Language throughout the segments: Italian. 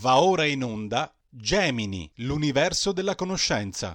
Va ora in onda Gemini, l'universo della conoscenza.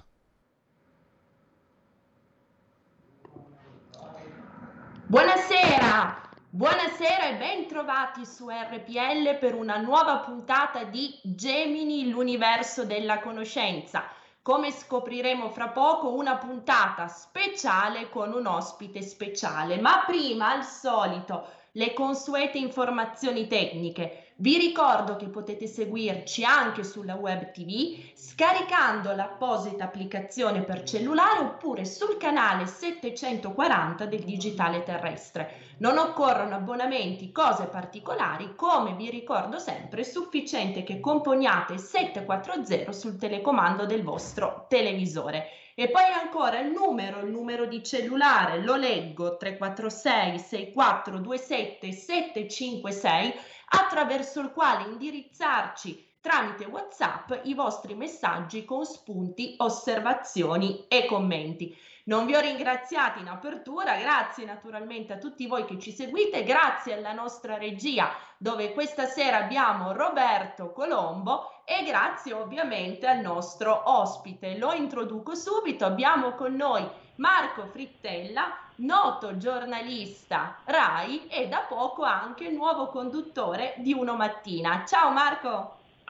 Buonasera, buonasera e ben trovati su RPL per una nuova puntata di Gemini, l'universo della conoscenza. Come scopriremo fra poco, una puntata speciale con un ospite speciale. Ma prima, al solito, le consuete informazioni tecniche. Vi ricordo che potete seguirci anche sulla web TV scaricando l'apposita applicazione per cellulare oppure sul canale 740 del digitale terrestre. Non occorrono abbonamenti, cose particolari, come vi ricordo sempre, è sufficiente che componiate 740 sul telecomando del vostro televisore. E poi ancora il numero di cellulare, lo leggo, 346 6427 756, attraverso il quale indirizzarci tramite WhatsApp i vostri messaggi con spunti, osservazioni e commenti. Non vi ho ringraziati in apertura, grazie naturalmente a tutti voi che ci seguite, grazie alla nostra regia dove questa sera abbiamo Roberto Colombo e grazie ovviamente al nostro ospite. Lo introduco subito, abbiamo con noi Marco Frittella, noto giornalista RAI e da poco anche nuovo conduttore di Uno Mattina. Ciao Marco!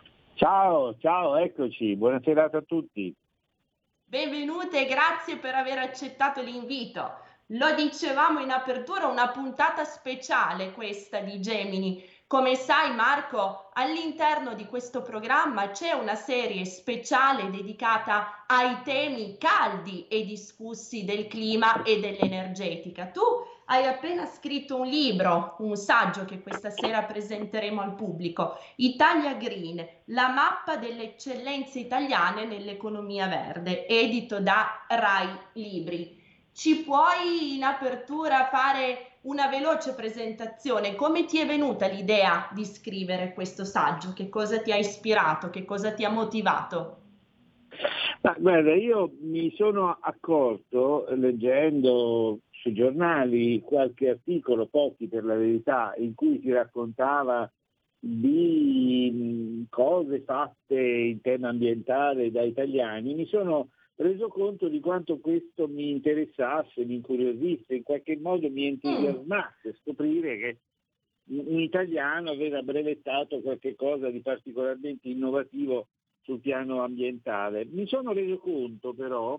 Ciao, eccoci, buona serata a tutti. Benvenute e grazie per aver accettato l'invito. Lo dicevamo in apertura, una puntata speciale questa di Gemini. Come sai Marco, all'interno di questo programma c'è una serie speciale dedicata ai temi caldi e discussi del clima e dell'energetica. Tu hai appena scritto un libro, un saggio che questa sera presenteremo al pubblico, Italia Green, la mappa delle eccellenze italiane nell'economia verde, edito da RAI Libri. Ci puoi in apertura fare una veloce presentazione? Come ti è venuta l'idea di scrivere questo saggio? Che cosa ti ha ispirato? Che cosa ti ha motivato? Ma guarda, io mi sono accorto, leggendo sui giornali qualche articolo, pochi per la verità, in cui si raccontava di cose fatte in tema ambientale da italiani, mi sono reso conto di quanto questo mi interessasse, mi incuriosisse, in qualche modo mi entusiasmasse scoprire che un italiano aveva brevettato qualche cosa di particolarmente innovativo sul piano ambientale. Mi sono reso conto però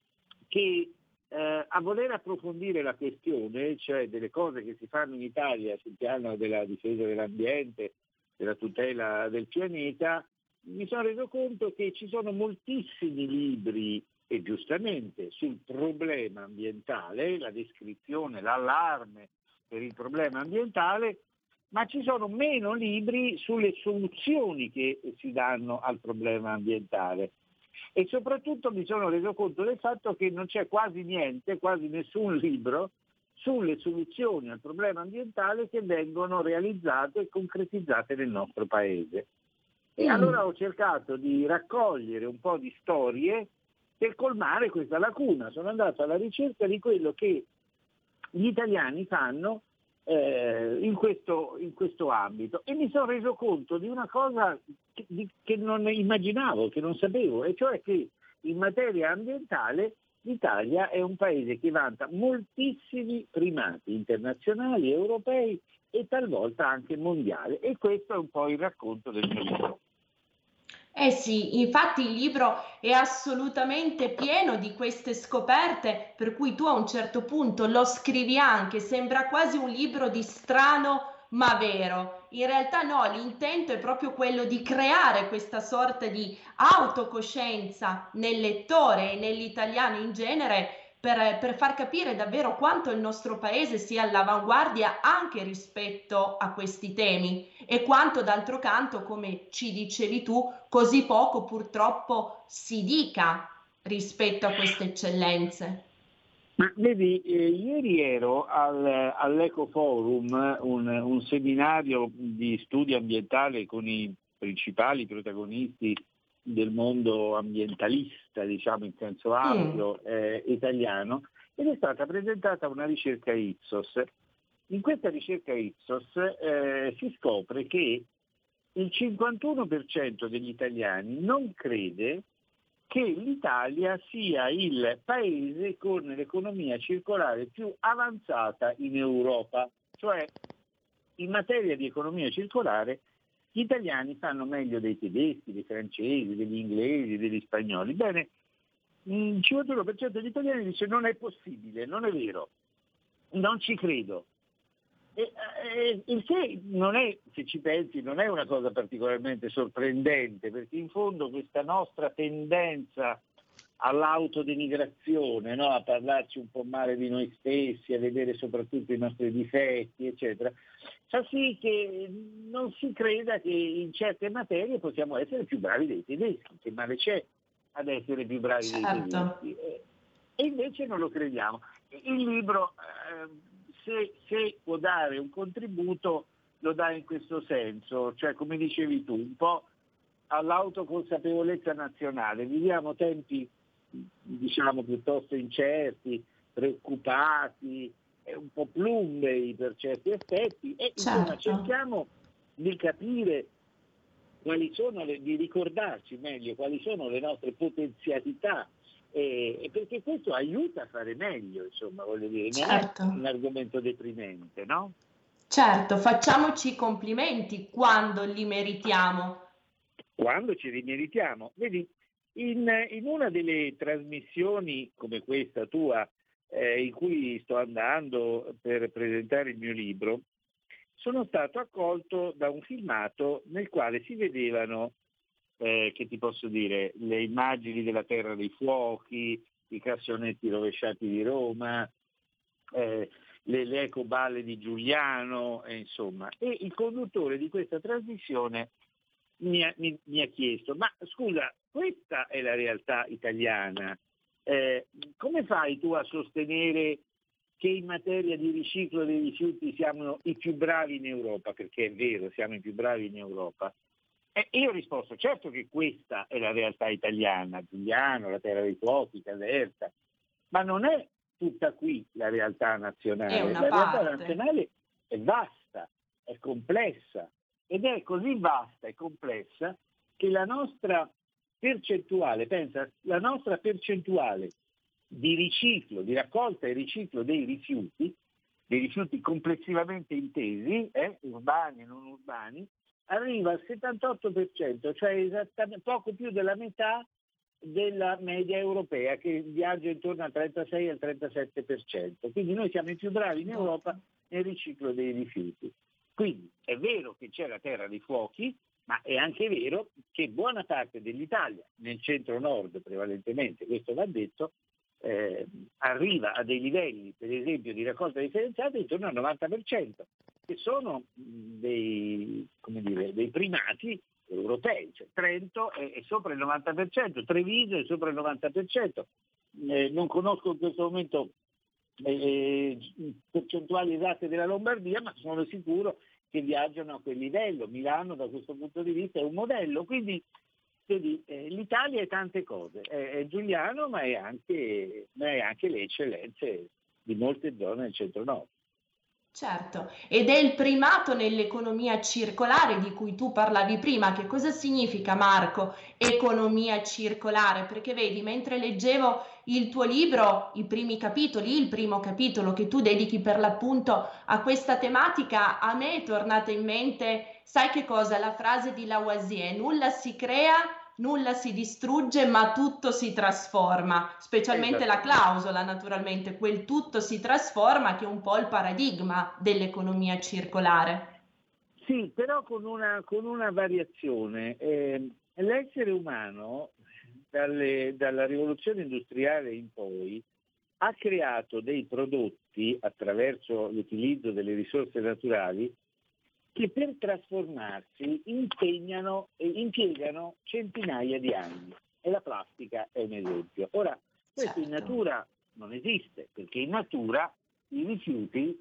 che a voler approfondire la questione, cioè delle cose che si fanno in Italia sul piano della difesa dell'ambiente, della tutela del pianeta, mi sono reso conto che ci sono moltissimi libri, e giustamente, sul problema ambientale, la descrizione, l'allarme per il problema ambientale, ma ci sono meno libri sulle soluzioni che si danno al problema ambientale. E soprattutto mi sono reso conto del fatto che non c'è quasi niente, quasi nessun libro sulle soluzioni al problema ambientale che vengono realizzate e concretizzate nel nostro paese. E allora ho cercato di raccogliere un po' di storie per colmare questa lacuna. Sono andato alla ricerca di quello che gli italiani fanno in questo ambito e mi sono reso conto di una cosa che non immaginavo, che non sapevo, e cioè che in materia ambientale l'Italia è un paese che vanta moltissimi primati internazionali, europei e talvolta anche mondiali, e questo è un po' il racconto del mio libro. Eh sì, infatti il libro è assolutamente pieno di queste scoperte, per cui tu a un certo punto lo scrivi anche, sembra quasi un libro di strano ma vero. In realtà no, l'intento è proprio quello di creare questa sorta di autocoscienza nel lettore e nell'italiano in genere per far capire davvero quanto il nostro paese sia all'avanguardia anche rispetto a questi temi e quanto d'altro canto, come ci dicevi tu, così poco purtroppo si dica rispetto a queste eccellenze. Ma vedi, ieri ero all'Eco Forum, un seminario di studio ambientale con i principali protagonisti del mondo ambientalista, diciamo in senso ampio, italiano, ed è stata presentata una ricerca Ipsos. In questa ricerca Ipsos si scopre che il 51% degli italiani non crede che l'Italia sia il paese con l'economia circolare più avanzata in Europa. Cioè, in materia di economia circolare, gli italiani fanno meglio dei tedeschi, dei francesi, degli inglesi, degli spagnoli. Bene, il 51% degli italiani dice non è possibile, non è vero, non ci credo. Il che non è, se ci pensi, non è una cosa particolarmente sorprendente, perché in fondo questa nostra tendenza all'autodenigrazione, no? A parlarci un po' male di noi stessi, a vedere soprattutto i nostri difetti, eccetera, fa sì che non si creda che in certe materie possiamo essere più bravi dei tedeschi, che male c'è ad essere più bravi dei tedeschi. E invece non lo crediamo. Il libro, se può dare un contributo, lo dà in questo senso, cioè come dicevi tu, un po' all'autoconsapevolezza nazionale. Viviamo tempi, diciamo, piuttosto incerti, preoccupati, un po' plumbei per certi aspetti, e insomma cerchiamo di capire quali sono di ricordarci meglio quali sono le nostre potenzialità, e perché questo aiuta a fare meglio, insomma, voglio dire, non è un argomento deprimente, no? Certo, facciamoci i complimenti quando li meritiamo. Quando ci rimeritiamo. Vedi, in una delle trasmissioni come questa tua, in cui sto andando per presentare il mio libro, sono stato accolto da un filmato nel quale si vedevano, che ti posso dire, le immagini della Terra dei Fuochi, i cassonetti rovesciati di Roma, le ecoballe di Giuliano, insomma. E il conduttore di questa trasmissione mi ha chiesto: ma scusa, questa è la realtà italiana, come fai tu a sostenere che in materia di riciclo dei rifiuti siamo i più bravi in Europa? Perché è vero, siamo i più bravi in Europa. E io ho risposto: certo che questa è la realtà italiana, Giuliano, la Terra dei Fuochi, Caserta, ma non è tutta qui la realtà nazionale. La realtà nazionale è vasta, è complessa, ed è così vasta e complessa che la nostra percentuale, pensa, la nostra percentuale di riciclo, di raccolta e riciclo dei rifiuti complessivamente intesi, urbani e non urbani, arriva al 78%, cioè esattamente poco più della metà della media europea, che viaggia intorno al 36 al 37%. Quindi noi siamo i più bravi in Europa nel riciclo dei rifiuti. Quindi è vero che c'è la Terra dei Fuochi, ma è anche vero che buona parte dell'Italia, nel centro-nord prevalentemente, questo va detto, arriva a dei livelli, per esempio, di raccolta differenziata intorno al 90%, che sono dei primati europei. Cioè, Trento è sopra il 90%, Treviso è sopra il 90%, non conosco in questo momento percentuali esatte della Lombardia, ma sono sicuro che viaggiano a quel livello. Milano da questo punto di vista è un modello, quindi vedi, l'Italia è tante cose, è Giuliano, ma è anche le eccellenze di molte zone del centro-nord. Certo, ed è il primato nell'economia circolare di cui tu parlavi prima. Che cosa significa, Marco, economia circolare? Perché vedi, mentre leggevo il tuo libro, i primi capitoli, il primo capitolo che tu dedichi per l'appunto a questa tematica, a me è tornata in mente, sai che cosa? La frase di Lavoisier: nulla si crea, nulla si distrugge, ma tutto si trasforma, specialmente la clausola, naturalmente, quel tutto si trasforma, che è un po' il paradigma dell'economia circolare. Sì, però con una variazione. L'essere umano, dalla rivoluzione industriale in poi, ha creato dei prodotti attraverso l'utilizzo delle risorse naturali che per trasformarsi impiegano centinaia di anni, e la plastica è un esempio. Ora, questo in natura non esiste, perché in natura i rifiuti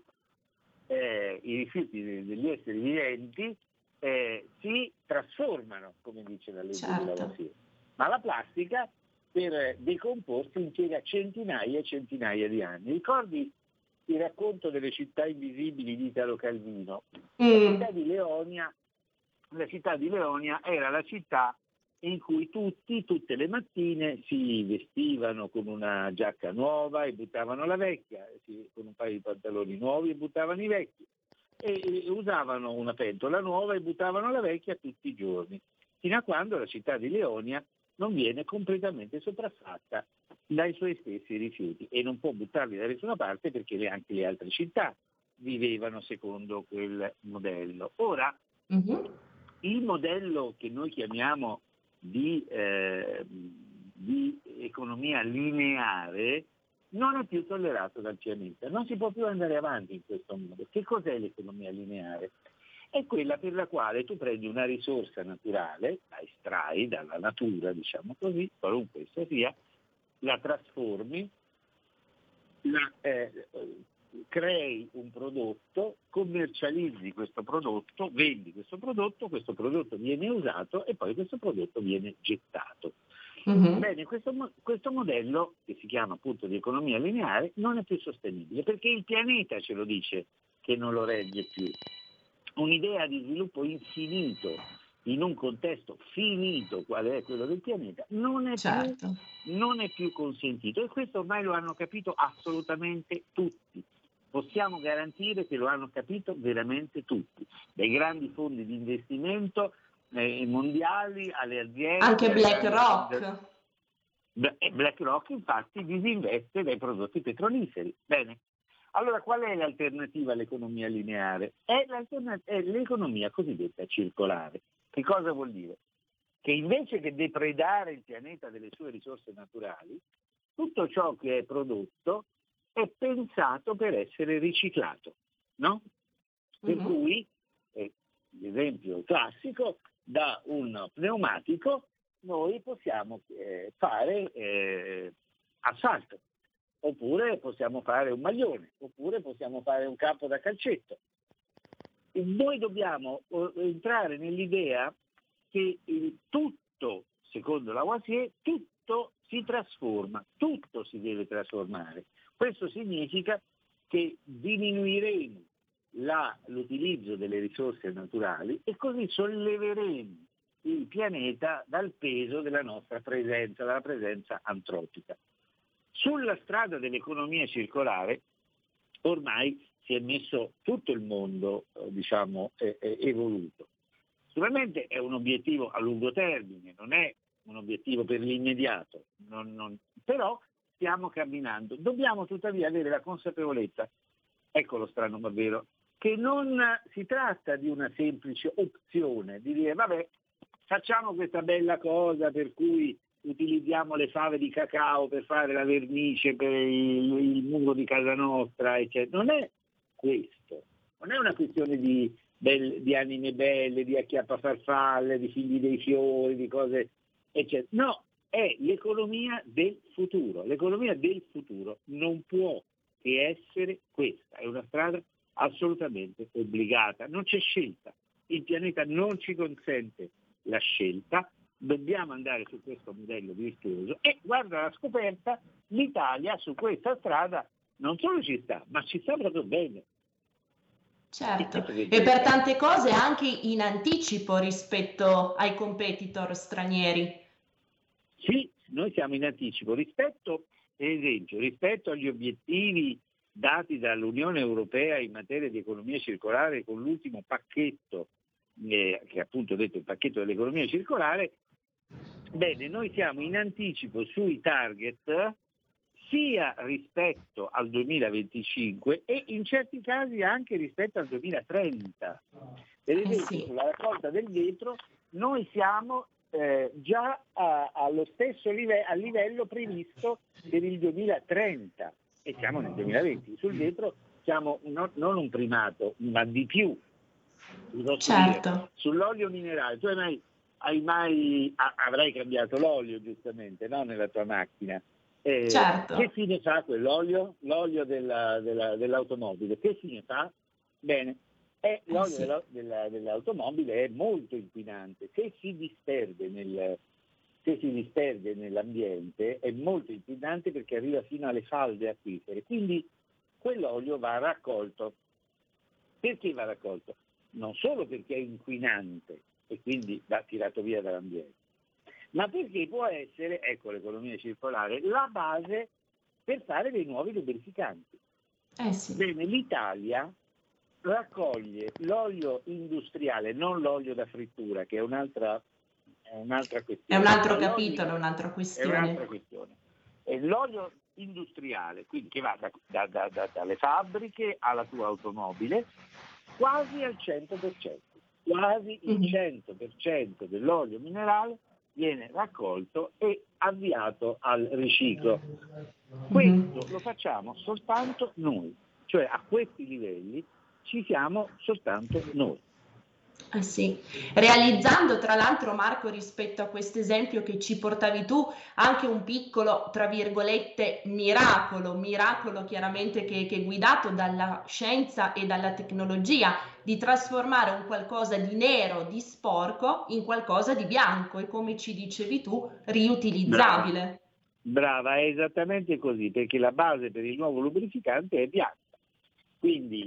degli esseri viventi si trasformano, come dice la legge di Lavoisier, ma la plastica per decomporsi impiega centinaia e centinaia di anni. Ricordi il racconto delle città invisibili di Italo Calvino? La città di Leonia la città di Leonia era la città in cui tutte le mattine si vestivano con una giacca nuova e buttavano la vecchia, con un paio di pantaloni nuovi e buttavano i vecchi, e usavano una pentola nuova e buttavano la vecchia tutti i giorni, fino a quando la città di Leonia non viene completamente sopraffatta dai suoi stessi rifiuti e non può buttarli da nessuna parte perché anche le altre città vivevano secondo quel modello. Ora, il modello che noi chiamiamo di economia lineare non è più tollerato dal pianeta, non si può più andare avanti in questo modo. Che cos'è l'economia lineare? È quella per la quale tu prendi una risorsa naturale, la estrai dalla natura, diciamo così, qualunque essa sia, la trasformi, crei un prodotto, commercializzi questo prodotto, vendi questo prodotto viene usato e poi questo prodotto viene gettato. Bene, questo modello, che si chiama appunto di economia lineare, non è più sostenibile perché il pianeta ce lo dice che non lo regge più. Un'idea di sviluppo infinito in un contesto finito, quale è quello del pianeta, non è più consentito, e questo ormai lo hanno capito assolutamente tutti. Possiamo garantire che lo hanno capito veramente tutti, dai grandi fondi di investimento mondiali alle aziende. Anche BlackRock. BlackRock infatti disinveste dai prodotti petroliferi. Bene. Allora, qual è l'alternativa all'economia lineare? È l'economia cosiddetta circolare. Che cosa vuol dire? Che invece che depredare il pianeta delle sue risorse naturali, tutto ciò che è prodotto è pensato per essere riciclato, no? Per cui, l'esempio classico, da un pneumatico noi possiamo fare asfalto, oppure possiamo fare un maglione, oppure possiamo fare un campo da calcetto. E noi dobbiamo entrare nell'idea che tutto, secondo Lavoisier, tutto si trasforma, tutto si deve trasformare. Questo significa che diminuiremo l'utilizzo delle risorse naturali e così solleveremo il pianeta dal peso della nostra presenza, dalla presenza antropica. Sulla strada dell'economia circolare ormai si è messo tutto il mondo, evoluto. Sicuramente è un obiettivo a lungo termine, non è un obiettivo per l'immediato, però stiamo camminando. Dobbiamo tuttavia avere la consapevolezza, ecco lo strano ma vero, che non si tratta di una semplice opzione, di dire vabbè, facciamo questa bella cosa per cui utilizziamo le fave di cacao per fare la vernice per il muro di casa nostra, eccetera. Non è questo, non è una questione di anime belle, di acchiappafarfalle, di figli dei fiori, di cose, eccetera. No, è l'economia del futuro. L'economia del futuro non può che essere questa, è una strada assolutamente obbligata, non c'è scelta. Il pianeta non ci consente la scelta, dobbiamo andare su questo modello virtuoso e guarda la scoperta, l'Italia su questa strada non solo ci sta, ma ci sta proprio bene. Certo, e per tante cose anche in anticipo rispetto ai competitor stranieri. Sì, noi siamo in anticipo rispetto, per esempio, rispetto agli obiettivi dati dall'Unione Europea in materia di economia circolare con l'ultimo pacchetto, che appunto ho detto il pacchetto dell'economia circolare. Bene, noi siamo in anticipo sui target sia rispetto al 2025 e in certi casi anche rispetto al 2030. Per esempio, sulla raccolta del vetro noi siamo già allo stesso livello previsto per il 2030 e siamo nel 2020. Sul vetro siamo non un primato, ma di più. Certo. Sull'olio minerale, tu avrai cambiato l'olio giustamente, no? Nella tua macchina. Certo. Che fine fa quell'olio? L'olio dell'automobile. Che fine fa? Bene, l'olio dell'automobile è molto inquinante. Se si disperde nell'ambiente è molto inquinante perché arriva fino alle falde acquifere. Quindi quell'olio va raccolto. Perché va raccolto? Non solo perché è inquinante, e quindi va tirato via dall'ambiente, ma perché può essere, ecco l'economia circolare, la base per fare dei nuovi lubrificanti. Sì. Bene, l'Italia raccoglie l'olio industriale, non l'olio da frittura, che è un'altra questione. È un altro capitolo, è un'altra questione. È un'altra questione. È l'olio industriale, quindi che va dalle fabbriche alla tua automobile, quasi al 100%. Quasi il 100% dell'olio minerale viene raccolto e avviato al riciclo. Questo lo facciamo soltanto noi, cioè a questi livelli ci siamo soltanto noi. Sì, realizzando tra l'altro, Marco, rispetto a questo esempio che ci portavi tu, anche un piccolo, tra virgolette, miracolo chiaramente che è guidato dalla scienza e dalla tecnologia, di trasformare un qualcosa di nero, di sporco, in qualcosa di bianco e, come ci dicevi tu, riutilizzabile. Brava, è esattamente così, perché la base per il nuovo lubrificante è bianca. Quindi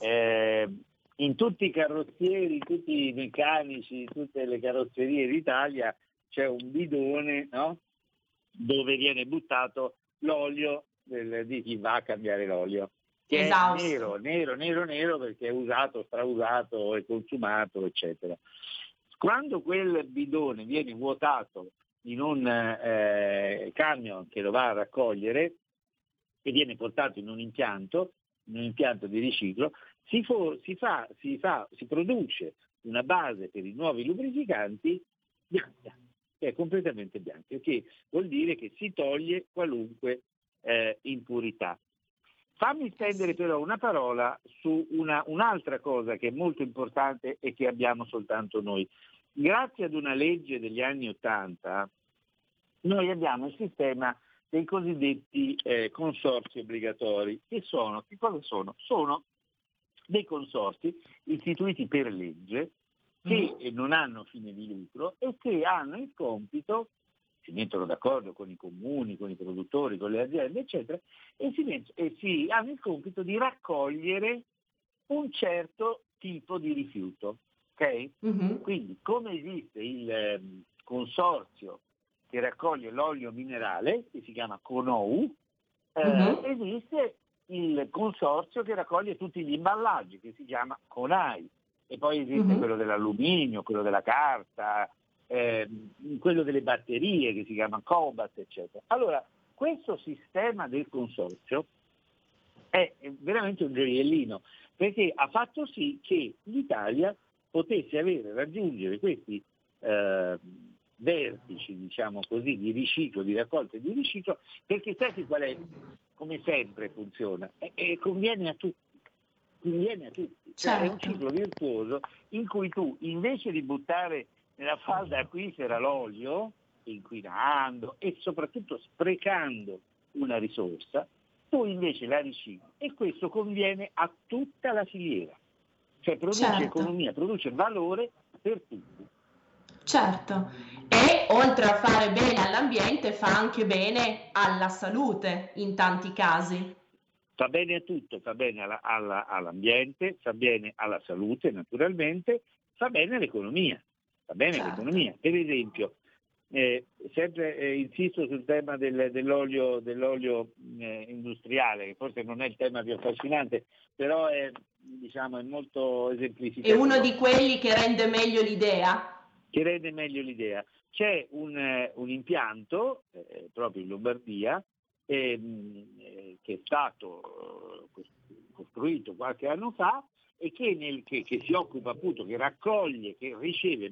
in tutti i carrozzieri, tutti i meccanici, tutte le carrozzerie d'Italia c'è un bidone, no? Dove viene buttato l'olio di chi va a cambiare l'olio, che Esausto. è nero perché è usato, strausato, è consumato, eccetera. Quando quel bidone viene vuotato in un camion che lo va a raccogliere e viene portato in un impianto di riciclo, si produce una base per i nuovi lubrificanti bianca, che è completamente bianca, che vuol dire che si toglie qualunque impurità. Fammi spendere però una parola su un'altra cosa che è molto importante e che abbiamo soltanto noi. Grazie ad una legge degli anni '80 noi abbiamo il sistema dei cosiddetti consorzi obbligatori. Che cosa sono? Sono dei consorzi istituiti per legge che non hanno fine di lucro e che hanno il compito, si mettono d'accordo con i comuni, con i produttori, con le aziende, eccetera, e hanno il compito di raccogliere un certo tipo di rifiuto. Okay? Quindi, come esiste il consorzio che raccoglie l'olio minerale, che si chiama CONOU, esiste il consorzio che raccoglie tutti gli imballaggi, che si chiama CONAI, e poi esiste quello dell'alluminio, quello della carta, quello delle batterie che si chiama COBAT, eccetera. Allora, questo sistema del consorzio è veramente un gioiellino, perché ha fatto sì che l'Italia potesse raggiungere questi vertici, diciamo così, di riciclo, di raccolta e di riciclo, perché sai qual è, come sempre funziona, e conviene a tutti. Cioè, è un ciclo virtuoso in cui tu, invece di buttare nella falda acquifera l'olio, inquinando e soprattutto sprecando una risorsa, tu invece la ricicli, e questo conviene a tutta la filiera, cioè produce economia, produce valore per tutti. Certo, e oltre a fare bene all'ambiente fa anche bene alla salute in tanti casi. Fa bene a tutto, fa bene all'ambiente, fa bene alla salute naturalmente, fa bene all'economia. L'economia. Per esempio, sempre insisto sul tema dell'olio industriale, che forse non è il tema più affascinante, però è molto esemplificativo. È uno di quelli che rende meglio l'idea. C'è un impianto proprio in Lombardia che è stato costruito qualche anno fa e che si occupa appunto, che raccoglie, che riceve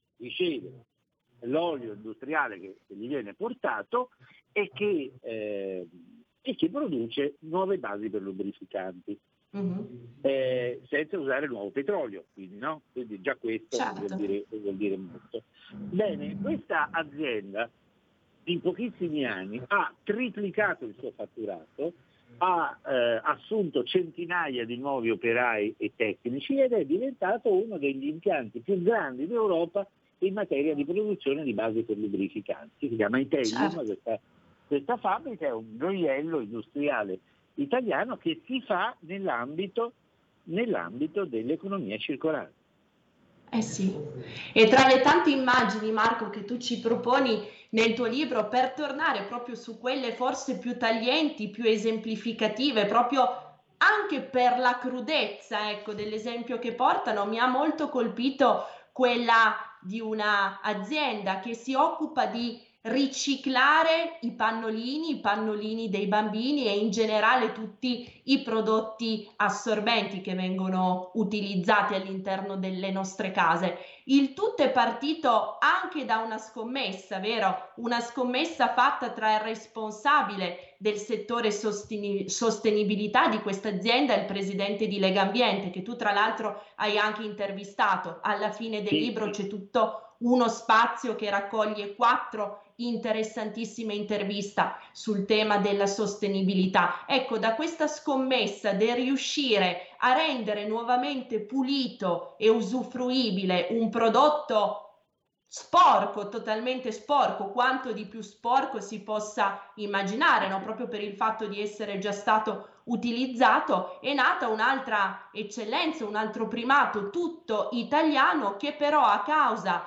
l'olio industriale che gli viene portato e che produce nuove basi per lubrificanti. Senza usare nuovo petrolio, quindi già questo vuol dire molto. Bene, questa azienda in pochissimi anni ha triplicato il suo fatturato, ha assunto centinaia di nuovi operai e tecnici ed è diventato uno degli impianti più grandi d'Europa in materia di produzione di basi per lubrificanti. Si chiama Italium, questa fabbrica è un gioiello industriale italiano che si fa nell'ambito dell'economia circolare. Eh sì, e tra le tante immagini, Marco, che tu ci proponi nel tuo libro, per tornare proprio su quelle forse più taglienti, più esemplificative, proprio anche per la crudezza, ecco, dell'esempio che portano, mi ha molto colpito quella di una azienda che si occupa di riciclare i pannolini dei bambini e in generale tutti i prodotti assorbenti che vengono utilizzati all'interno delle nostre case. Il tutto è partito anche da una scommessa, vero? Una scommessa fatta tra il responsabile del settore sostenibilità di questa azienda e il presidente di Legambiente, che tu tra l'altro hai anche intervistato. Alla fine del libro c'è tutto uno spazio che raccoglie 4 interessantissime interviste sul tema della sostenibilità. Ecco, da questa scommessa del riuscire a rendere nuovamente pulito e usufruibile un prodotto sporco, totalmente sporco, quanto di più sporco si possa immaginare, no? Proprio per il fatto di essere già stato utilizzato, è nata un'altra eccellenza, un altro primato tutto italiano che però a causa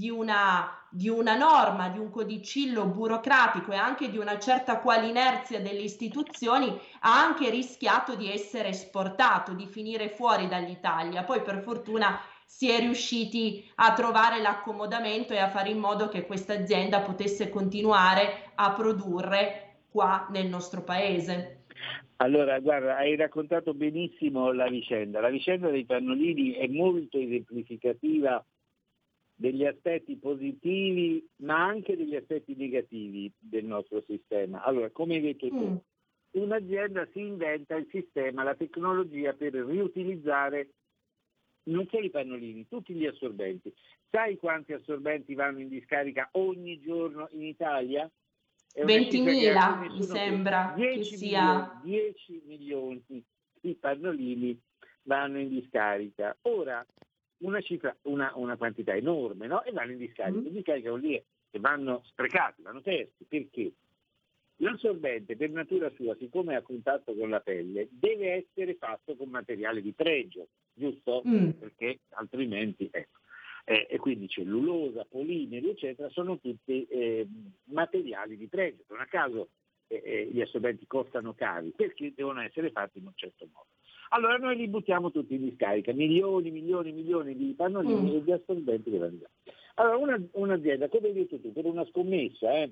di una norma, di un codicillo burocratico e anche di una certa quale inerzia delle istituzioni ha anche rischiato di essere esportato, di finire fuori dall'Italia. Poi per fortuna si è riusciti a trovare l'accomodamento e a fare in modo che questa azienda potesse continuare a produrre qua nel nostro paese. Allora, guarda, hai raccontato benissimo la vicenda. La vicenda dei pannolini è molto esemplificativa degli aspetti positivi, ma anche degli aspetti negativi del nostro sistema. Allora, come hai detto tu, un'azienda si inventa il sistema, la tecnologia per riutilizzare non solo i pannolini, tutti gli assorbenti. Sai quanti assorbenti vanno in discarica ogni giorno in Italia? È una cifra che 20.000 mi sembra che sia. 10 milioni di pannolini vanno in discarica. Ora, una cifra, una quantità enorme, no? E vanno in discarica. In discarica vuol dire che vanno sprecati, vanno persi. Perché? L'assorbente per natura sua, siccome è a contatto con la pelle, deve essere fatto con materiale di pregio, giusto? Perché altrimenti, ecco. E quindi cellulosa, polimeri, eccetera, sono tutti materiali di pregio. Non a caso gli assorbenti costano cari, perché devono essere fatti in un certo modo. Allora noi li buttiamo tutti in discarica, milioni di pannolini e di assorbenti che vanno via. Allora un'azienda, come hai detto tu, per una scommessa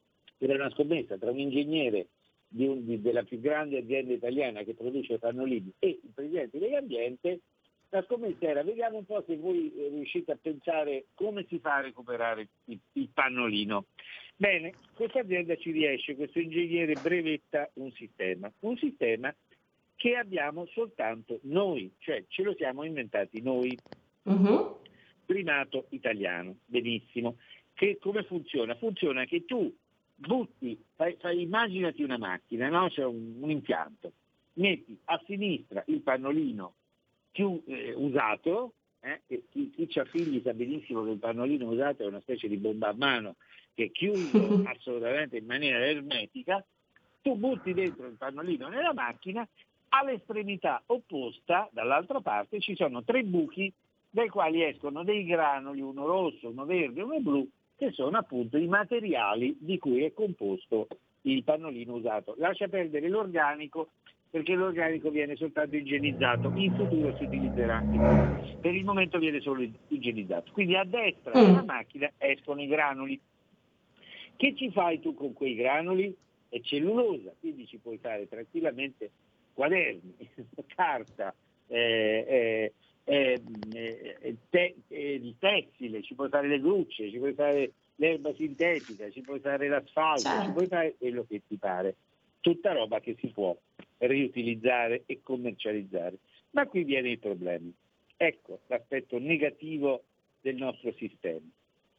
tra un ingegnere della più grande azienda italiana che produce pannolini e il presidente dell'ambiente, la scommessa era: vediamo un po' se voi riuscite a pensare come si fa a recuperare il pannolino. Bene, questa azienda ci riesce, questo ingegnere brevetta un sistema che abbiamo soltanto noi, cioè ce lo siamo inventati noi. Primato italiano, benissimo. Che come funziona? Funziona che tu butti, immaginati una macchina, no? C'è un impianto, metti a sinistra il pannolino più usato, che chi ha figli sa benissimo che il pannolino usato è una specie di bomba a mano che è chiuso assolutamente in maniera ermetica. Tu butti dentro il pannolino nella macchina, all'estremità opposta, dall'altra parte, ci sono 3 buchi dai quali escono dei granuli, uno rosso, uno verde, uno blu, che sono appunto i materiali di cui è composto il pannolino usato. Lascia perdere l'organico, perché l'organico viene soltanto igienizzato, in futuro si utilizzerà anche. Per il momento viene solo igienizzato. Quindi a destra della macchina escono i granuli. Che ci fai tu con quei granuli? È cellulosa, quindi ci puoi fare tranquillamente quaderni, carta, il tessile, ci puoi fare le grucce, ci puoi fare l'erba sintetica, ci puoi fare l'asfalto, ci puoi fare quello che ti pare. Tutta roba che si può riutilizzare e commercializzare. Ma qui viene il problema. Ecco l'aspetto negativo del nostro sistema.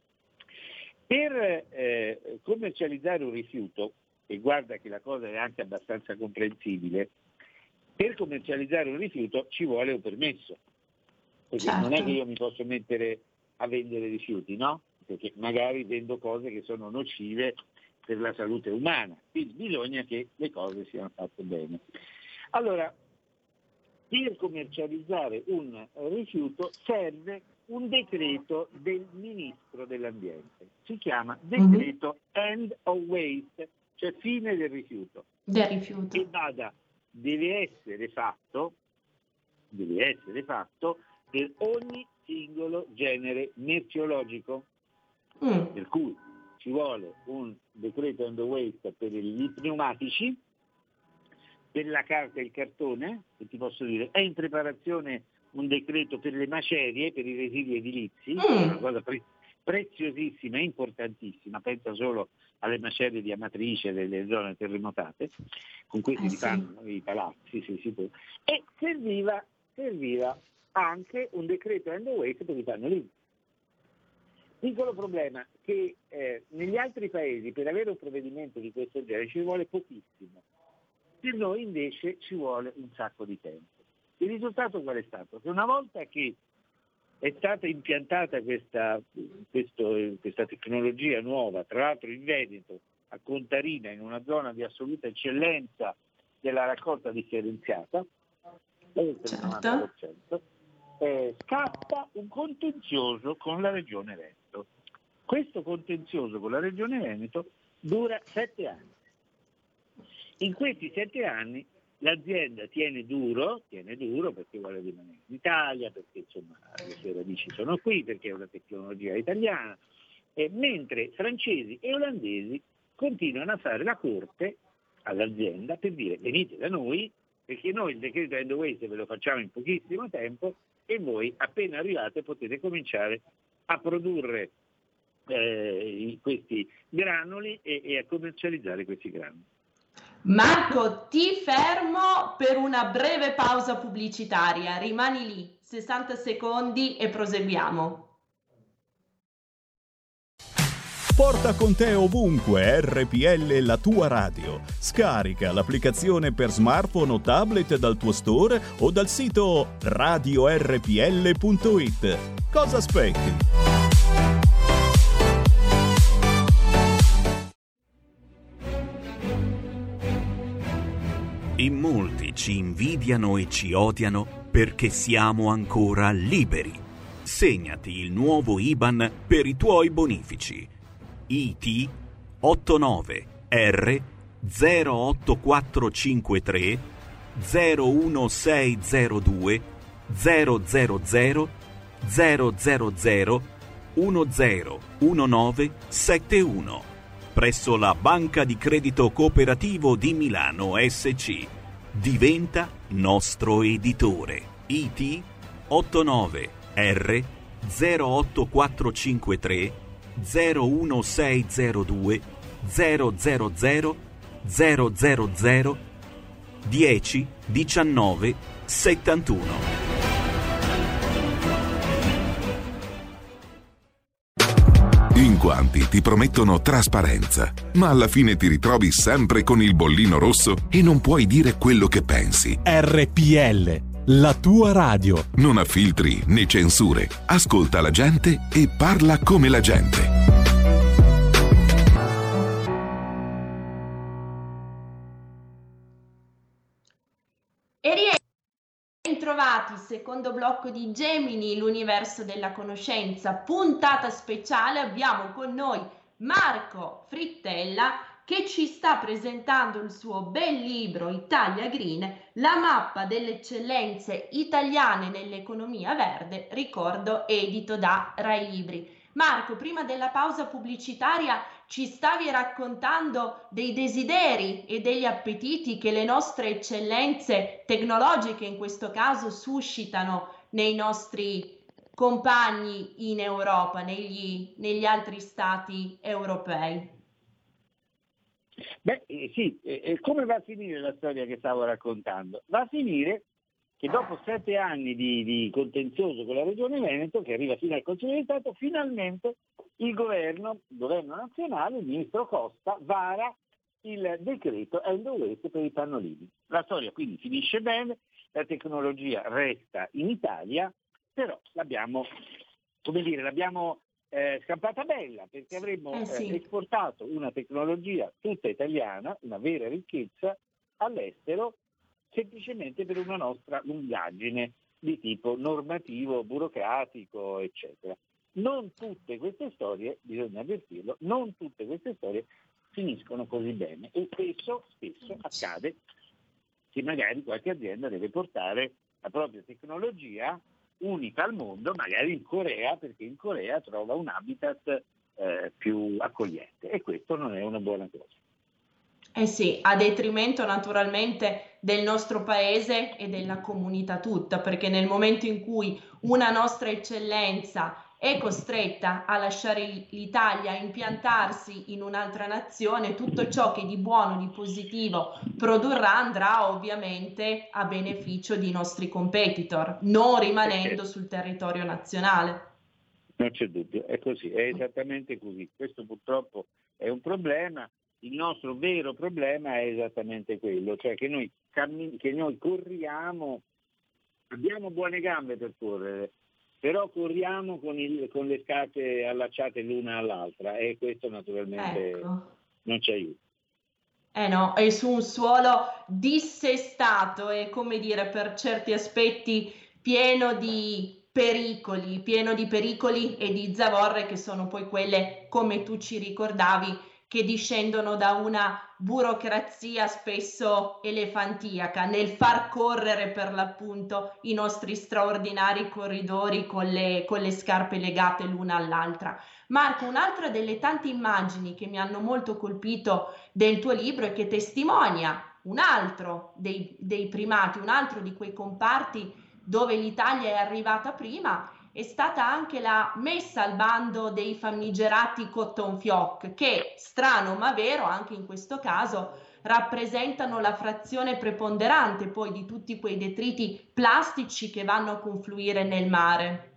Per commercializzare un rifiuto, e guarda che la cosa è anche abbastanza comprensibile, per commercializzare un rifiuto ci vuole un permesso. Perché non è che io mi posso mettere a vendere rifiuti, no? Perché magari vendo cose che sono nocive per la salute umana, quindi bisogna che le cose siano fatte bene. Allora, per commercializzare un rifiuto serve un decreto del ministro dell'ambiente. Si chiama decreto End of Waste, cioè fine del rifiuto. E deve essere fatto per ogni singolo genere merceologico. Per cui ci vuole un decreto End of Waste per gli pneumatici, per la carta e il cartone, che ti posso dire, è in preparazione un decreto per le macerie, per i residui edilizi, una cosa preziosissima e importantissima. Pensa solo alle macerie di Amatrice, delle zone terremotate, con questi si fanno i palazzi, e serviva anche un decreto End of Waste per i pannolini. Piccolo problema che negli altri paesi per avere un provvedimento di questo genere ci vuole pochissimo, per noi invece ci vuole un sacco di tempo. Il risultato qual è stato? Che una volta che è stata impiantata questa tecnologia nuova, tra l'altro in Veneto, a Contarina, in una zona di assoluta eccellenza della raccolta differenziata, oltre il 90%, scatta un contenzioso con la Regione Veneto. Questo contenzioso con la Regione Veneto dura 7 anni. In questi 7 anni l'azienda tiene duro perché vuole rimanere in Italia, perché insomma le sue radici sono qui, perché è una tecnologia italiana, mentre francesi e olandesi continuano a fare la corte all'azienda per dire: venite da noi, perché noi il decreto End of Waste ve lo facciamo in pochissimo tempo e voi appena arrivate potete cominciare a produrre questi granuli e a commercializzare questi granuli. Marco, ti fermo per una breve pausa pubblicitaria, rimani lì, 60 secondi e proseguiamo. Porta con te ovunque RPL, la tua radio. Scarica l'applicazione per smartphone o tablet dal tuo store o dal sito radiorpl.it. Cosa aspetti? In molti ci invidiano e ci odiano perché siamo ancora liberi. Segnati il nuovo IBAN per i tuoi bonifici. IT 89R 08453 01602 000 000 101971 presso la Banca di Credito Cooperativo di Milano SC. Diventa nostro editore. IT 89R 08453 01602 000 000 10 19 71. In quanti ti promettono trasparenza, ma alla fine ti ritrovi sempre con il bollino rosso e non puoi dire quello che pensi. RPL, la tua radio. Non ha filtri né censure. Ascolta la gente e parla come la gente. Bentrovati, secondo blocco di Gemini, l'universo della conoscenza, puntata speciale. Abbiamo con noi Marco Frittella che ci sta presentando il suo bel libro Italia Green, la mappa delle eccellenze italiane nell'economia verde, ricordo edito da Rai Libri. Marco, prima della pausa pubblicitaria ci stavi raccontando dei desideri e degli appetiti che le nostre eccellenze tecnologiche in questo caso suscitano nei nostri compagni in Europa, negli altri stati europei. Beh, sì, come va a finire la storia che stavo raccontando? Va a finire che dopo 7 anni di contenzioso con la Regione Veneto, che arriva fino al Consiglio di Stato, finalmente il governo nazionale, il ministro Costa, vara il decreto End of Waste per i pannolini. La storia quindi finisce bene, la tecnologia resta in Italia, però l'abbiamo scampata bella, perché avremmo esportato una tecnologia tutta italiana, una vera ricchezza, all'estero, semplicemente per una nostra lungaggine di tipo normativo, burocratico, eccetera. Non tutte queste storie, bisogna avvertirlo, non tutte queste storie finiscono così bene e spesso accade che magari qualche azienda deve portare la propria tecnologia unica al mondo, magari in Corea, perché in Corea trova un habitat più accogliente, e questo non è una buona cosa. Eh sì, a detrimento naturalmente del nostro paese e della comunità tutta, perché nel momento in cui una nostra eccellenza è costretta a lasciare l'Italia, a impiantarsi in un'altra nazione, tutto ciò che di buono, di positivo produrrà andrà ovviamente a beneficio di nostri competitor, non rimanendo sul territorio nazionale. Non c'è dubbio, è così, è esattamente così. Questo purtroppo è un problema. Il nostro vero problema è esattamente quello, cioè che noi corriamo, abbiamo buone gambe per correre, però corriamo con le scarpe allacciate l'una all'altra, e questo naturalmente non ci aiuta. No, è su un suolo dissestato e, come dire, per certi aspetti pieno di pericoli e di zavorre, che sono poi quelle, come tu ci ricordavi, che discendono da una burocrazia spesso elefantiaca nel far correre per l'appunto i nostri straordinari corridori con le scarpe legate l'una all'altra. Marco, un'altra delle tante immagini che mi hanno molto colpito del tuo libro e che testimonia un altro dei primati, un altro di quei comparti dove l'Italia è arrivata prima, è stata anche la messa al bando dei famigerati cotton fioc, che, strano ma vero, anche in questo caso rappresentano la frazione preponderante poi di tutti quei detriti plastici che vanno a confluire nel mare.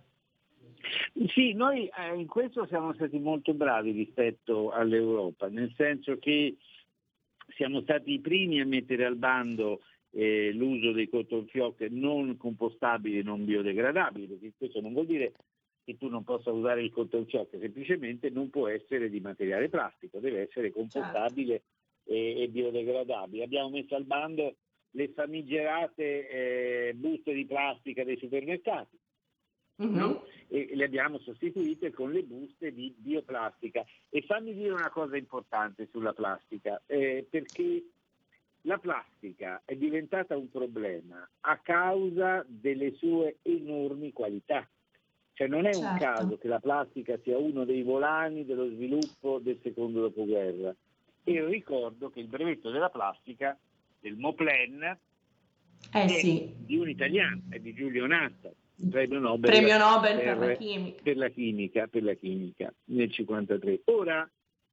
Sì, noi in questo siamo stati molto bravi rispetto all'Europa, nel senso che siamo stati i primi a mettere al bando l'uso dei cotton fioc non compostabili e non biodegradabili, perché questo non vuol dire che tu non possa usare il cotton fioc, semplicemente non può essere di materiale plastico, deve essere compostabile e biodegradabile. Abbiamo messo al bando le famigerate buste di plastica dei supermercati. No? E le abbiamo sostituite con le buste di bioplastica. E fammi dire una cosa importante sulla plastica, perché la plastica è diventata un problema a causa delle sue enormi qualità. Cioè non è un caso che la plastica sia uno dei volani dello sviluppo del secondo dopoguerra. E ricordo che il brevetto della plastica, del Moplen, è di un italiano, è di Giulio Natta, premio Nobel per la chimica nel 1953. Ora,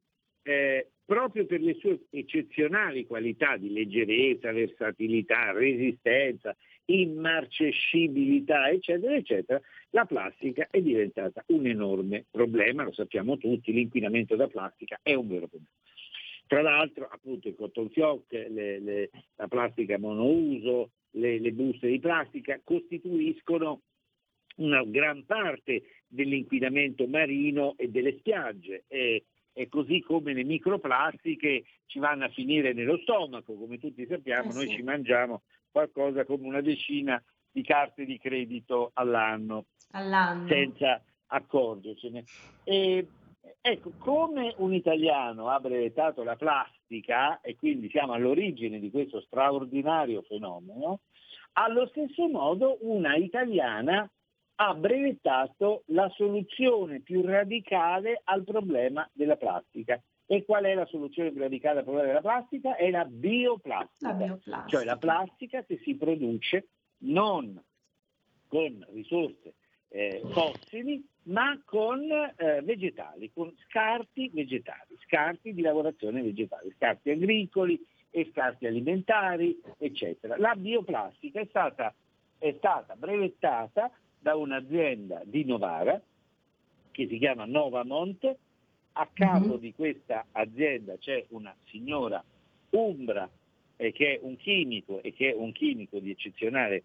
proprio per le sue eccezionali qualità di leggerezza, versatilità, resistenza, immarcescibilità, eccetera, eccetera, la plastica è diventata un enorme problema, lo sappiamo tutti, l'inquinamento da plastica è un vero problema. Tra l'altro, appunto, il cotton fioc, la plastica monouso, le buste di plastica costituiscono una gran parte dell'inquinamento marino e delle spiagge, e così come le microplastiche ci vanno a finire nello stomaco. Come tutti sappiamo, noi ci mangiamo qualcosa come una decina di carte di credito all'anno. Senza accorgercene. E ecco, come un italiano ha brevettato la plastica, e quindi siamo all'origine di questo straordinario fenomeno, allo stesso modo una italiana ha brevettato la soluzione più radicale al problema della plastica. E qual è la soluzione più radicale al problema della plastica? È la bioplastica. Cioè la plastica che si produce non con risorse fossili, ma con vegetali, con scarti vegetali, scarti di lavorazione vegetale, scarti agricoli e scarti alimentari, eccetera. La bioplastica è stata brevettata da un'azienda di Novara che si chiama Novamont. A capo di questa azienda c'è una signora umbra che è un chimico di eccezionale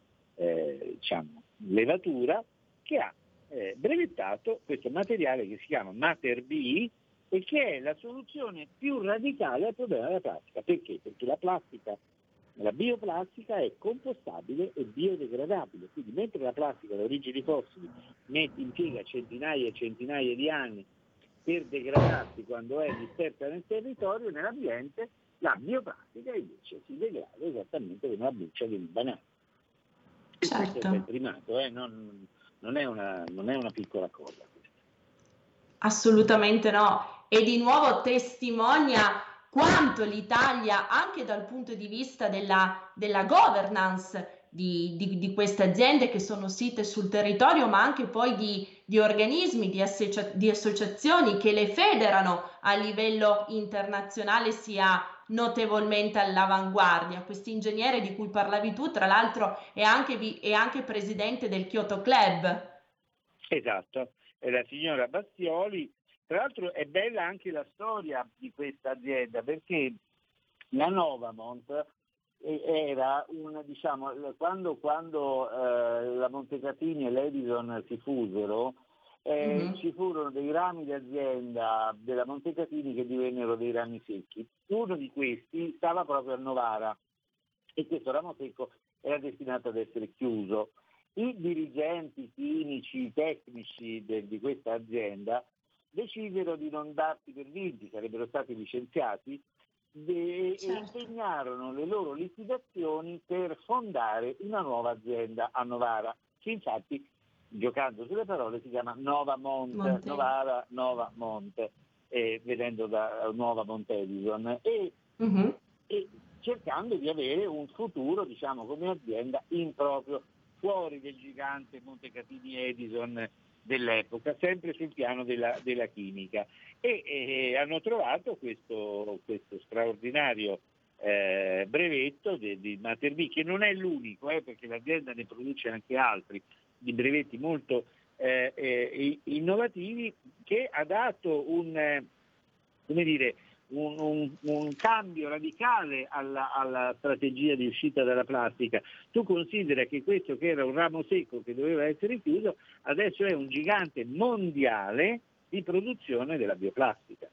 levatura, che ha brevettato questo materiale che si chiama Mater B e che è la soluzione più radicale al problema della plastica. Perché? Perché la plastica La bioplastica è compostabile e biodegradabile, quindi mentre la plastica da origini fossili impiega centinaia e centinaia di anni per degradarsi quando è dispersa nel territorio, nell'ambiente, la bioplastica invece si degrada esattamente come una buccia di un banano. Certo. Questo è il primato, non è una piccola cosa. Assolutamente no, e di nuovo testimonia quanto l'Italia, anche dal punto di vista della governance di queste aziende che sono site sul territorio, ma anche poi di organismi, di associazioni che le federano a livello internazionale, sia notevolmente all'avanguardia. Quest'ingegnere di cui parlavi tu, tra l'altro, è anche presidente del Kyoto Club. Esatto, è la signora Bastioli. Tra l'altro è bella anche la storia di questa azienda, perché la Novamont era quando la Montecatini e l'Edison si fusero, ci furono dei rami d'azienda della Montecatini che divennero dei rami secchi. Uno di questi stava proprio a Novara e questo ramo secco era destinato ad essere chiuso. I dirigenti chimici, tecnici di questa azienda decisero di non darsi per vinti, sarebbero stati licenziati, e impegnarono le loro liquidazioni per fondare una nuova azienda a Novara, che infatti, giocando sulle parole, si chiama Novamont, Novara, Novamont, vedendo da Nuova Montedison, e cercando di avere un futuro, diciamo, come azienda in proprio, fuori del gigante Montecatini Edison dell'epoca, sempre sul piano della chimica, e hanno trovato questo straordinario brevetto di Mater V, che non è l'unico, perché l'azienda ne produce anche altri, di brevetti molto innovativi, che ha dato un cambio radicale alla strategia di uscita dalla plastica. Tu considera che questo, che era un ramo secco che doveva essere chiuso, adesso è un gigante mondiale di produzione della bioplastica.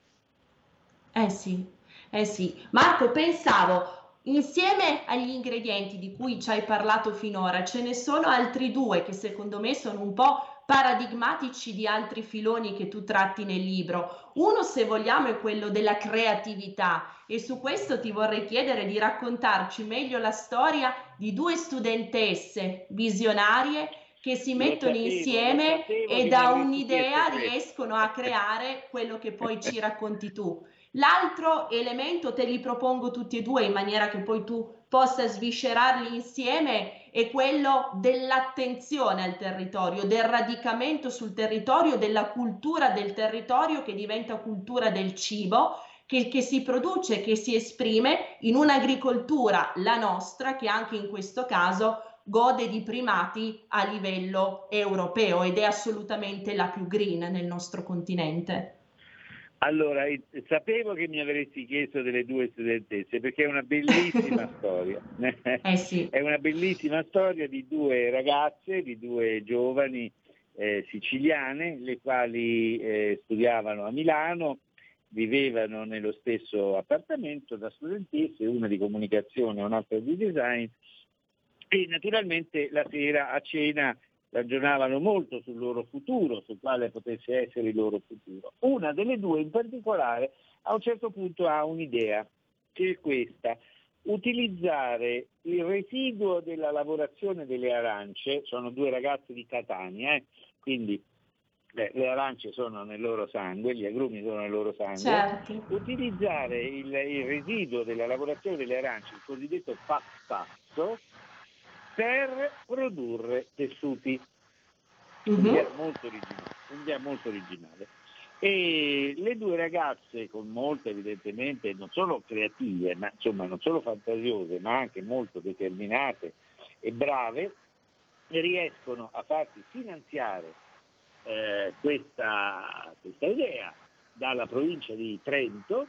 Sì. Marco, pensavo, insieme agli ingredienti di cui ci hai parlato finora, ce ne sono altri due che secondo me sono un po' paradigmatici di altri filoni che tu tratti nel libro. Uno, se vogliamo, è quello della creatività, e su questo ti vorrei chiedere di raccontarci meglio la storia di due studentesse visionarie che si mettono insieme e da un'idea riescono a creare quello che poi ci racconti tu. L'altro elemento te li propongo tutti e due in maniera che poi tu possa sviscerarli insieme, è quello dell'attenzione al territorio, del radicamento sul territorio, della cultura del territorio che diventa cultura del cibo, che si produce, che si esprime in un'agricoltura, la nostra, che anche in questo caso gode di primati a livello europeo ed è assolutamente la più green nel nostro continente. Allora, sapevo che mi avresti chiesto delle due studentesse, perché è una bellissima storia. Sì. È una bellissima storia di due ragazze, di due giovani siciliane, le quali studiavano a Milano, vivevano nello stesso appartamento da studentesse, una di comunicazione e un'altra di design, e naturalmente la sera a cena ragionavano molto sul loro futuro, su quale potesse essere il loro futuro. Una delle due in particolare a un certo punto ha un'idea, che è questa: utilizzare il residuo della lavorazione delle arance. Sono due ragazze di Catania, quindi le arance sono nel loro sangue, gli agrumi sono nel loro sangue. Certo. Utilizzare il residuo della lavorazione delle arance, il cosiddetto pastasso, per produrre tessuti. Un'idea molto originale. E le due ragazze, con molte, evidentemente, non solo creative, ma insomma non solo fantasiose, ma anche molto determinate e brave, riescono a farsi finanziare questa idea dalla provincia di Trento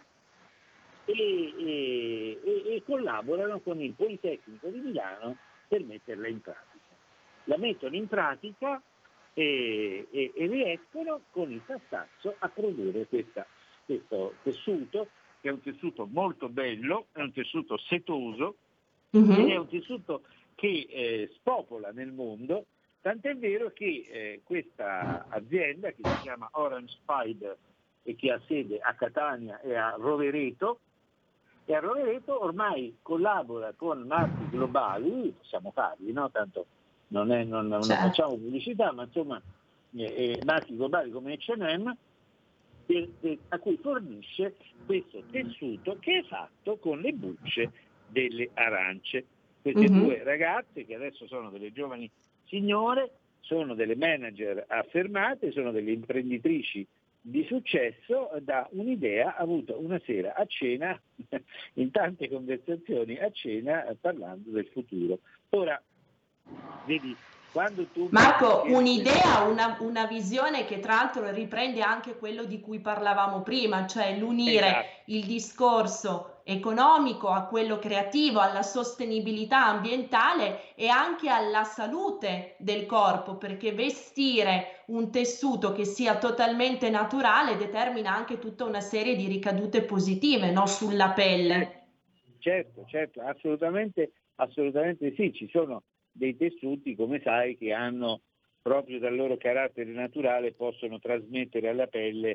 e collaborano con il Politecnico di Milano per metterla in pratica. La mettono in pratica e riescono con il pastazzo a produrre questo tessuto, che è un tessuto molto bello, è un tessuto setoso, ed è un tessuto che spopola nel mondo, tant'è vero che questa azienda, che si chiama Orange Spider e che ha sede a Catania e a Rovereto, ormai collabora con marchi globali, possiamo farli, no? Tanto non facciamo pubblicità, ma insomma marchi globali come H&M, a cui fornisce questo tessuto che è fatto con le bucce delle arance. Queste due ragazze, che adesso sono delle giovani signore, sono delle manager affermate, sono delle imprenditrici di successo, da un'idea avuta una sera a cena, in tante conversazioni a cena, parlando del futuro. Ora, vedi, quando tu... Marco, un'idea, una visione che tra l'altro riprende anche quello di cui parlavamo prima, cioè l'unire il discorso economico a quello creativo, alla sostenibilità ambientale e anche alla salute del corpo, perché vestire un tessuto che sia totalmente naturale determina anche tutta una serie di ricadute positive, no, sulla pelle. Certo, assolutamente sì, ci sono dei tessuti, come sai, che hanno proprio dal loro carattere naturale, possono trasmettere alla pelle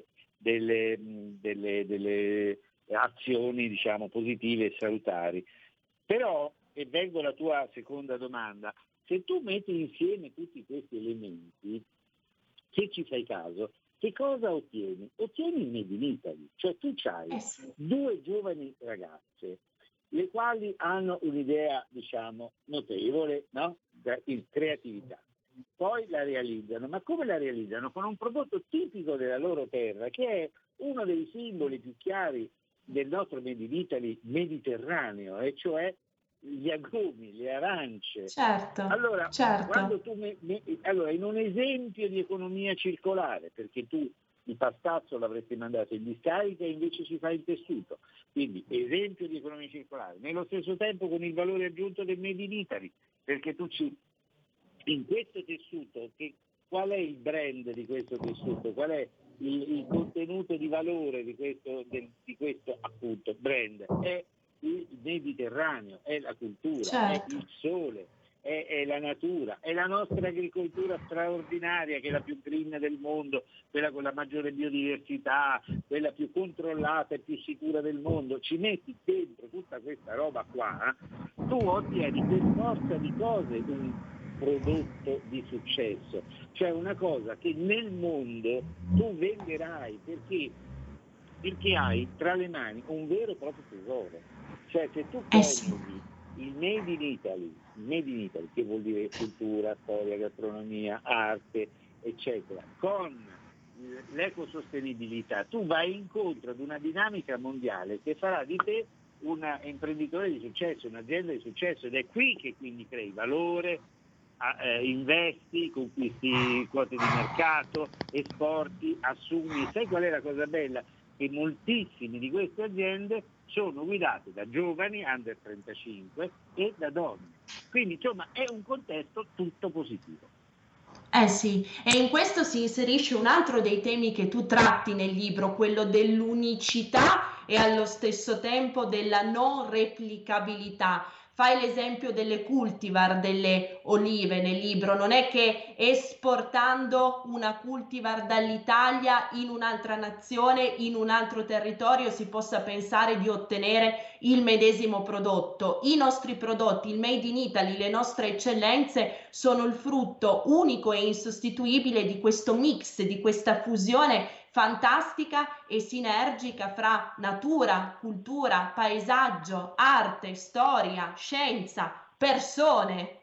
delle azioni, diciamo, positive e salutari. Però, e vengo alla tua seconda domanda, se tu metti insieme tutti questi elementi, se ci fai caso, che cosa ottieni? Ottieni il Made in Italy, cioè tu c'hai due giovani ragazze, le quali hanno un'idea, diciamo, notevole, no? In creatività. Poi la realizzano, ma come la realizzano? Con un prodotto tipico della loro terra, che è uno dei simboli più chiari del nostro Made in Italy mediterraneo, e cioè gli agrumi, le arance. Allora, quando tu allora, in un esempio di economia circolare, perché tu il pastazzo l'avresti mandato in discarica e invece ci fai il tessuto, quindi esempio di economia circolare, nello stesso tempo con il valore aggiunto del Made in Italy, perché tu in questo tessuto, qual è il brand di questo tessuto, qual è il contenuto di valore di questo appunto brand? È il Mediterraneo, è la cultura, è il sole, è la natura, è la nostra agricoltura straordinaria, che è la più green del mondo, quella con la maggiore biodiversità, quella più controllata e più sicura del mondo. Ci metti dentro tutta questa roba qua, tu ottieni per forza di cose un prodotto di successo, cioè una cosa che nel mondo tu venderai, perché hai tra le mani un vero e proprio tesoro. Cioè, se tu coniughi il Made in Italy, che vuol dire cultura, storia, gastronomia, arte, eccetera, con l'ecosostenibilità, tu vai incontro ad una dinamica mondiale che farà di te un imprenditore di successo, un'azienda di successo, ed è qui che quindi crei valore, investi, conquisti quote di mercato, esporti, assumi. Sai qual è la cosa bella? Che moltissime di queste aziende sono guidate da giovani under 35 e da donne, quindi insomma è un contesto tutto positivo. Sì, e in questo si inserisce un altro dei temi che tu tratti nel libro, quello dell'unicità e allo stesso tempo della non replicabilità. Fai l'esempio delle cultivar, delle olive nel libro, non è che esportando una cultivar dall'Italia in un'altra nazione, in un altro territorio, si possa pensare di ottenere il medesimo prodotto. I nostri prodotti, il Made in Italy, le nostre eccellenze sono il frutto unico e insostituibile di questo mix, di questa fusione fantastica e sinergica fra natura, cultura, paesaggio, arte, storia, scienza, persone.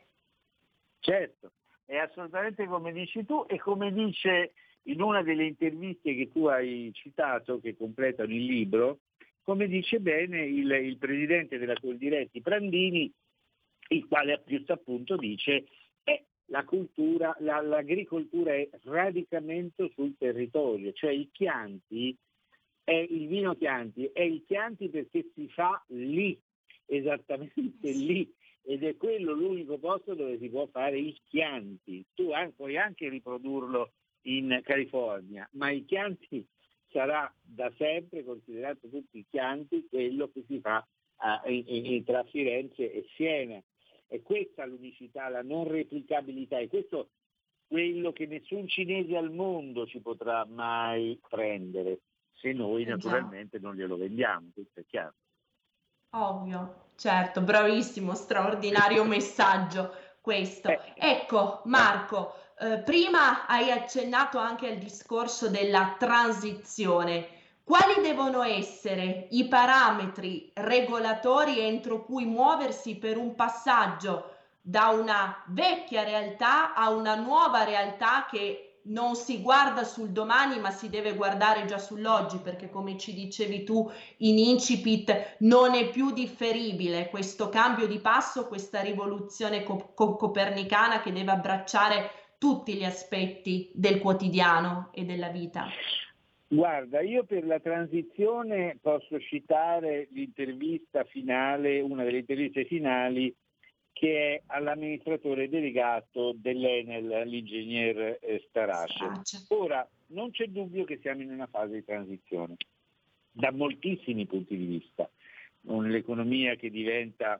Certo, è assolutamente come dici tu, e come dice in una delle interviste che tu hai citato, che completano il libro, come dice bene il presidente della Coldiretti, Prandini, il quale appunto dice la cultura, l'agricoltura è radicamento sul territorio, cioè il Chianti il vino Chianti è il Chianti perché si fa lì, esattamente lì, ed è quello l'unico posto dove si può fare il Chianti. Tu puoi anche riprodurlo in California, ma il Chianti sarà da sempre considerato tutti i Chianti quello che si fa tra Firenze e Siena. E questa l'unicità, la non replicabilità, e questo quello che nessun cinese al mondo ci potrà mai prendere, se noi naturalmente non glielo vendiamo, questo è chiaro. Ovvio, certo, bravissimo, straordinario messaggio questo. Ecco, Marco, prima hai accennato anche al discorso della transizione. Quali devono essere i parametri regolatori entro cui muoversi per un passaggio da una vecchia realtà a una nuova realtà che non si guarda sul domani, ma si deve guardare già sull'oggi, perché come ci dicevi tu in incipit, non è più differibile questo cambio di passo, questa rivoluzione copernicana che deve abbracciare tutti gli aspetti del quotidiano e della vita. Guarda, io per la transizione posso citare l'intervista finale, una delle interviste finali, che è all'amministratore delegato dell'Enel, l'ingegner Starace. Ora, non c'è dubbio che siamo in una fase di transizione, da moltissimi punti di vista. L'economia che diventa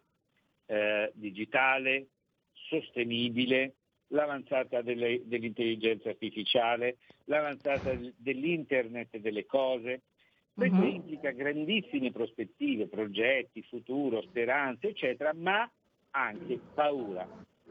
digitale, sostenibile, l'avanzata dell'intelligenza artificiale, l'avanzata dell'internet delle cose. Questo implica grandissime prospettive, progetti, futuro, speranze, eccetera, ma anche paura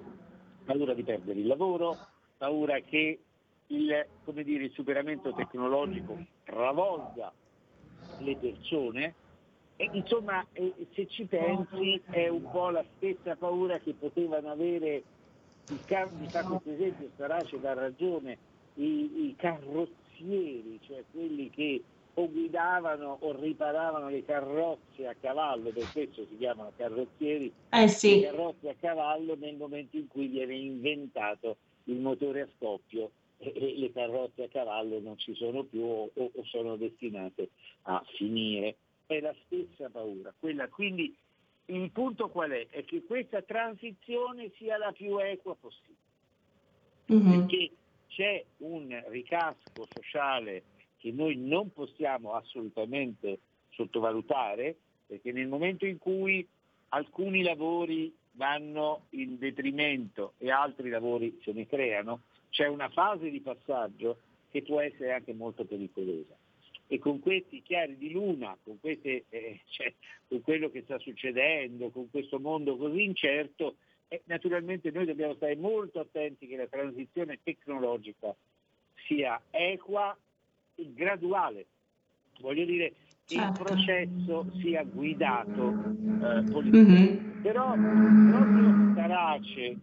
di perdere il lavoro, paura che il superamento tecnologico travolga le persone, e insomma, se ci pensi è un po' la stessa paura che potevano avere mi fa questo esempio, Starace dà ragione, i carrozzieri, cioè quelli che o guidavano o riparavano le carrozze a cavallo, per questo si chiamano carrozzieri, sì. Le carrozze a cavallo nel momento in cui viene inventato il motore a scoppio e le carrozze a cavallo non ci sono più o sono destinate a finire. È la stessa paura, quella. Quindi il punto qual è? È che questa transizione sia la più equa possibile, perché c'è un ricasco sociale che noi non possiamo assolutamente sottovalutare, perché nel momento in cui alcuni lavori vanno in detrimento e altri lavori se ne creano, c'è una fase di passaggio che può essere anche molto pericolosa. E con questi chiari di luna, con quello che sta succedendo, con questo mondo così incerto, naturalmente noi dobbiamo stare molto attenti che la transizione tecnologica sia equa e graduale. Voglio dire, il processo sia guidato politicamente. Però proprio Starace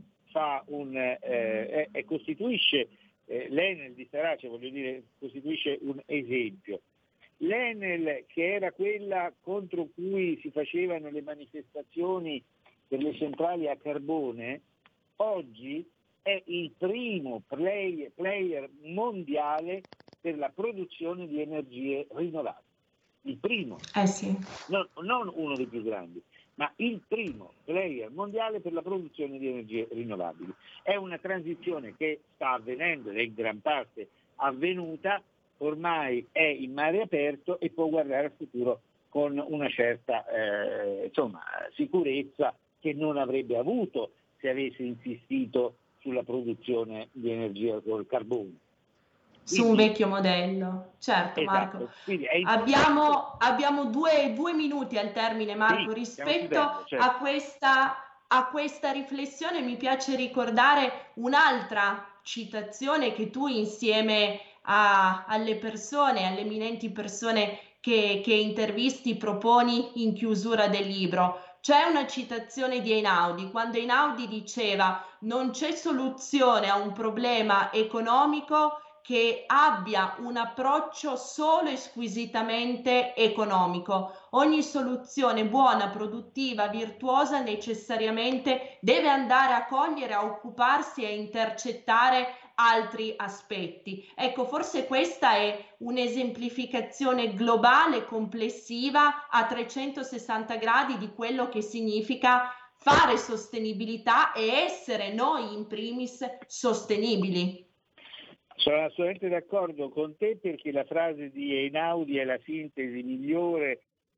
costituisce l'Enel di Starace, costituisce un esempio. L'Enel, che era quella contro cui si facevano le manifestazioni per le centrali a carbone, oggi è il primo player mondiale per la produzione di energie rinnovabili. Il primo, non uno dei più grandi, ma il primo player mondiale per la produzione di energie rinnovabili. È una transizione che sta avvenendo ed è in gran parte avvenuta, ormai è in mare aperto e può guardare al futuro con una certa sicurezza che non avrebbe avuto se avesse insistito sulla produzione di energia col carbone. Su un vecchio modello, certo. Marco. Abbiamo due minuti al termine, Marco. Rispetto a questa riflessione mi piace ricordare un'altra citazione che tu, insieme alle eminenti persone che intervisti, proponi in chiusura del libro. C'è una citazione di Einaudi, quando Einaudi diceva: non c'è soluzione a un problema economico che abbia un approccio solo e squisitamente economico. Ogni soluzione buona, produttiva, virtuosa necessariamente deve andare a cogliere, a occuparsi e a intercettare altri aspetti. Ecco, forse questa è un'esemplificazione globale, complessiva, a 360 gradi di quello che significa fare sostenibilità e essere noi in primis sostenibili. Sono assolutamente d'accordo con te, perché la frase di Einaudi è la sintesi migliore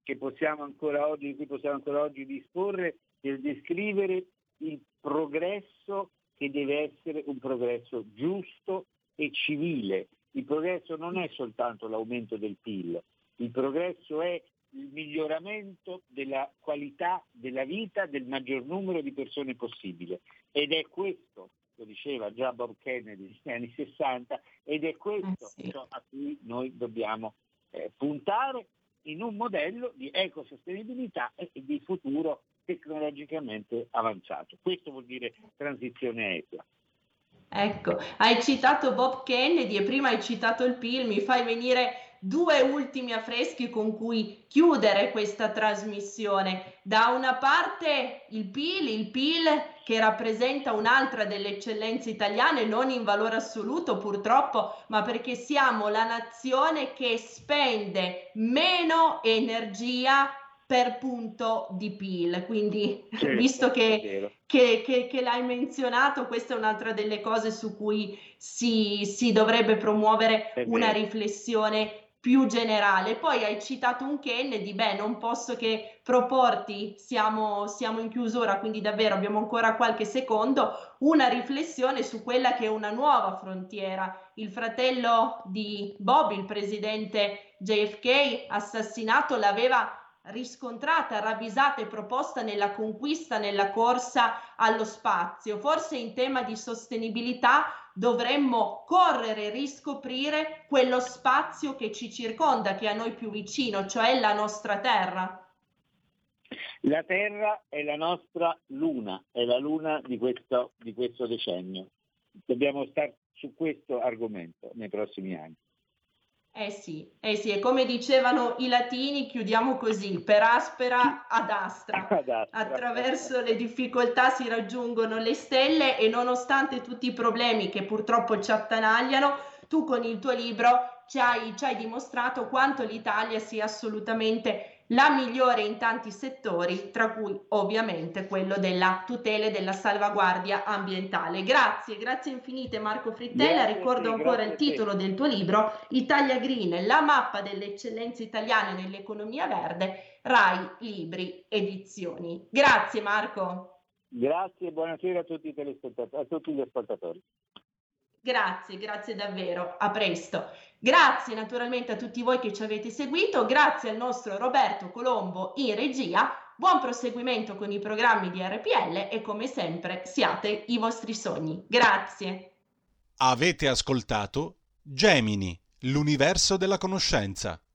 di cui possiamo ancora oggi disporre per descrivere il progresso, che deve essere un progresso giusto e civile. Il progresso non è soltanto l'aumento del PIL, il progresso è il miglioramento della qualità della vita del maggior numero di persone possibile, ed è questo, lo diceva già Bob Kennedy negli anni 60, ed è questo a cui noi dobbiamo puntare in un modello di ecosostenibilità e di futuro tecnologicamente avanzato. Questo vuol dire transizione equa. Ecco, hai citato Bob Kennedy e prima hai citato il PIL, mi fai venire due ultimi affreschi con cui chiudere questa trasmissione. Da una parte il PIL che rappresenta un'altra delle eccellenze italiane, non in valore assoluto purtroppo, ma perché siamo la nazione che spende meno energia per punto di PIL, quindi certo, visto che l'hai menzionato, questa è un'altra delle cose su cui si dovrebbe promuovere una riflessione più generale. Poi hai citato un Kennedy, non posso che proporti, siamo in chiusura, quindi davvero abbiamo ancora qualche secondo, una riflessione su quella che è una nuova frontiera. Il fratello di Bob, il presidente JFK, assassinato, l'aveva riscontrata, ravvisata e proposta nella conquista, nella corsa allo spazio. Forse in tema di sostenibilità dovremmo correre e riscoprire quello spazio che ci circonda, che è a noi più vicino, cioè la nostra Terra. La Terra è la nostra luna, è la luna di questo decennio. Dobbiamo stare su questo argomento nei prossimi anni. Eh sì, e come dicevano i latini, chiudiamo così, per aspera ad astra. Attraverso le difficoltà si raggiungono le stelle, e nonostante tutti i problemi che purtroppo ci attanagliano, tu con il tuo libro ci hai dimostrato quanto l'Italia sia assolutamente la migliore in tanti settori, tra cui ovviamente quello della tutela e della salvaguardia ambientale. Grazie infinite Marco Frittella. Ricordo ancora il titolo del tuo libro, Italia Green, la mappa delle eccellenze italiane nell'economia verde, Rai Libri Edizioni. Grazie Marco. Grazie e buonasera a tutti gli ascoltatori. Grazie davvero, a presto. Grazie naturalmente a tutti voi che ci avete seguito, grazie al nostro Roberto Colombo in regia, buon proseguimento con i programmi di RPL e come sempre siate i vostri sogni. Grazie. Avete ascoltato Gemini, l'universo della conoscenza,